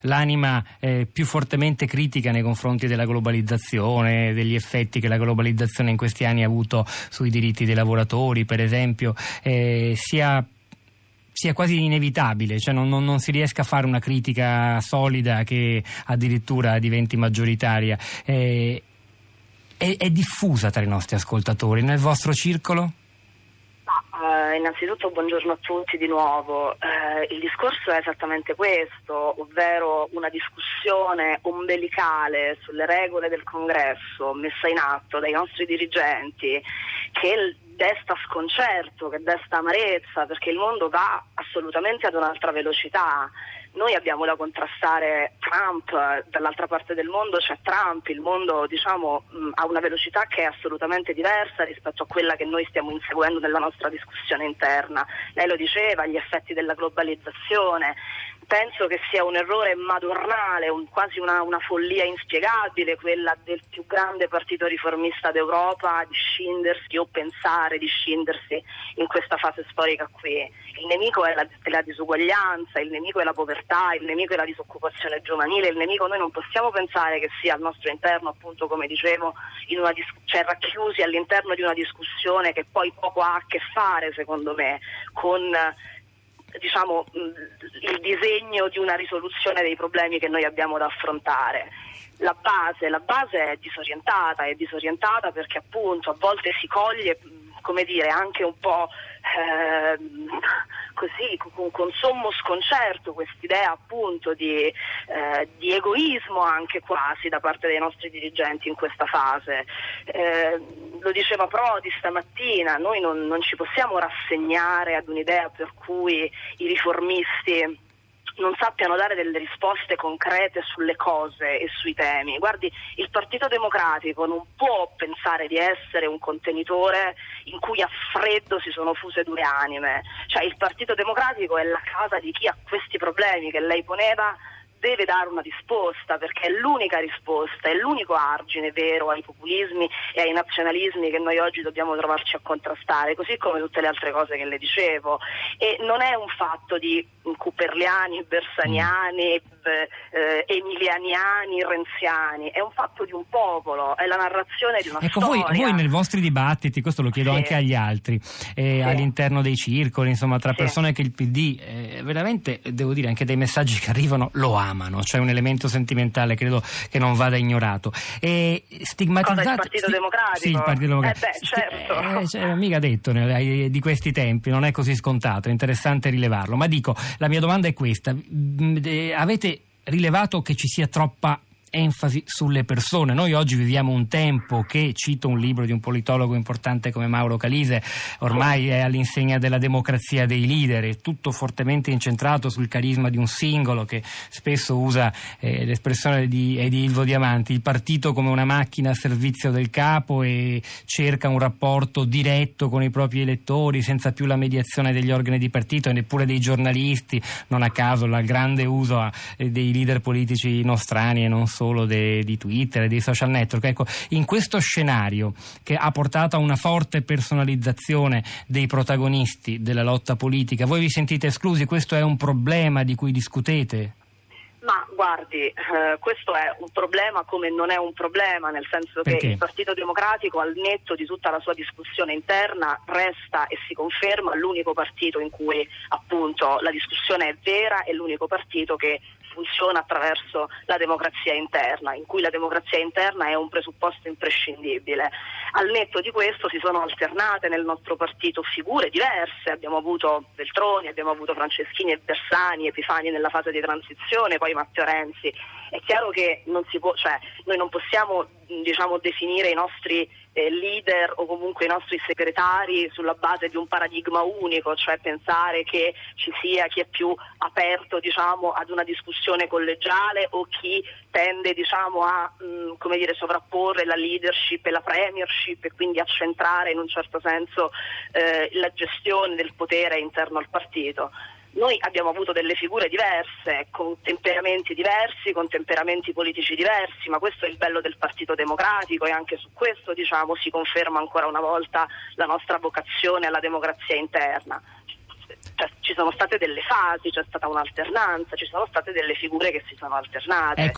l'anima più fortemente critica nei confronti della globalizzazione, degli effetti che la globalizzazione in questi anni ha avuto sui diritti dei lavoratori, per esempio, sia quasi inevitabile, cioè non si riesca a fare una critica solida che addirittura diventi maggioritaria. È diffusa tra i nostri ascoltatori, nel vostro circolo? Innanzitutto buongiorno a tutti di nuovo. Il discorso è esattamente questo, ovvero una discussione ombelicale sulle regole del congresso messa in atto dai nostri dirigenti che desta sconcerto, che desta amarezza, perché il mondo va assolutamente ad un'altra velocità. Noi abbiamo da contrastare Trump, dall'altra parte del mondo c'è Trump, il mondo ha una velocità che è assolutamente diversa rispetto a quella che noi stiamo inseguendo nella nostra discussione interna. Lei lo diceva, gli effetti della globalizzazione. Penso che sia un errore madornale, quasi una follia inspiegabile, quella del più grande partito riformista d'Europa di scindersi o pensare di scindersi in questa fase storica qui. Il nemico è la disuguaglianza, il nemico è la povertà, il nemico è la disoccupazione giovanile, il nemico noi non possiamo pensare che sia al nostro interno, appunto come dicevo, racchiusi all'interno di una discussione che poi poco ha a che fare, secondo me, con il disegno di una risoluzione dei problemi che noi abbiamo da affrontare. La base è disorientata perché appunto a volte si coglie, anche un po' così con sommo sconcerto quest'idea appunto di egoismo anche quasi da parte dei nostri dirigenti in questa fase. Lo diceva Prodi stamattina, noi non ci possiamo rassegnare ad un'idea per cui i riformisti non sappiano dare delle risposte concrete sulle cose e sui temi. Guardi, il Partito Democratico non può pensare di essere un contenitore in cui a freddo si sono fuse due anime. Cioè il Partito Democratico è la casa di chi ha questi problemi che lei poneva, deve dare una risposta, perché è l'unica risposta, è l'unico argine vero ai populismi e ai nazionalismi che noi oggi dobbiamo trovarci a contrastare, così come tutte le altre cose che le dicevo. E non è un fatto di cooperliani, bersaniani, emilianiani, renziani, è un fatto di un popolo, è la narrazione di una storia. Voi nei vostri dibattiti, questo lo chiedo anche agli altri, all'interno dei circoli, insomma, tra persone che il PD, veramente, devo dire, anche dei messaggi che arrivano lo amano, cioè un elemento sentimentale, credo che non vada ignorato. E stigmatizzate il Partito Democratico? Sì, il Partito Democratico. Certo. Mica detto di questi tempi, non è così scontato, è interessante rilevarlo. Ma dico, la mia domanda è questa: avete rilevato che ci sia troppa enfasi sulle persone? Noi oggi viviamo un tempo che, cito un libro di un politologo importante come Mauro Calise, ormai è all'insegna della democrazia dei leader, è tutto fortemente incentrato sul carisma di un singolo che spesso usa l'espressione di Ilvo Diamanti, il partito come una macchina a servizio del capo, e cerca un rapporto diretto con i propri elettori senza più la mediazione degli organi di partito e neppure dei giornalisti, non a caso il grande uso dei leader politici nostrani e non solo di Twitter e dei social network. Ecco, in questo scenario che ha portato a una forte personalizzazione dei protagonisti della lotta politica, voi vi sentite esclusi? Questo è un problema di cui discutete? Ma guardi, questo è un problema come non è un problema, nel senso che il Partito Democratico, al netto di tutta la sua discussione interna, resta e si conferma l'unico partito in cui appunto la discussione è vera, e l'unico partito che funziona attraverso la democrazia interna, in cui la democrazia interna è un presupposto imprescindibile. Al netto di questo si sono alternate nel nostro partito figure diverse, abbiamo avuto Veltroni, abbiamo avuto Franceschini e Bersani, Epifani nella fase di transizione, poi Matteo Renzi. È chiaro che non si può, noi non possiamo definire i nostri leader o comunque i nostri segretari sulla base di un paradigma unico, cioè pensare che ci sia chi è più aperto ad una discussione collegiale o chi tende a sovrapporre la leadership e la premiership e quindi a centrare in un certo senso la gestione del potere interno al partito. Noi abbiamo avuto delle figure diverse, con temperamenti diversi, con temperamenti politici diversi, ma questo è il bello del Partito Democratico, e anche su questo si conferma ancora una volta la nostra vocazione alla democrazia interna. ci sono state delle fasi, c'è stata un'alternanza, ci sono state delle figure che si sono alternate.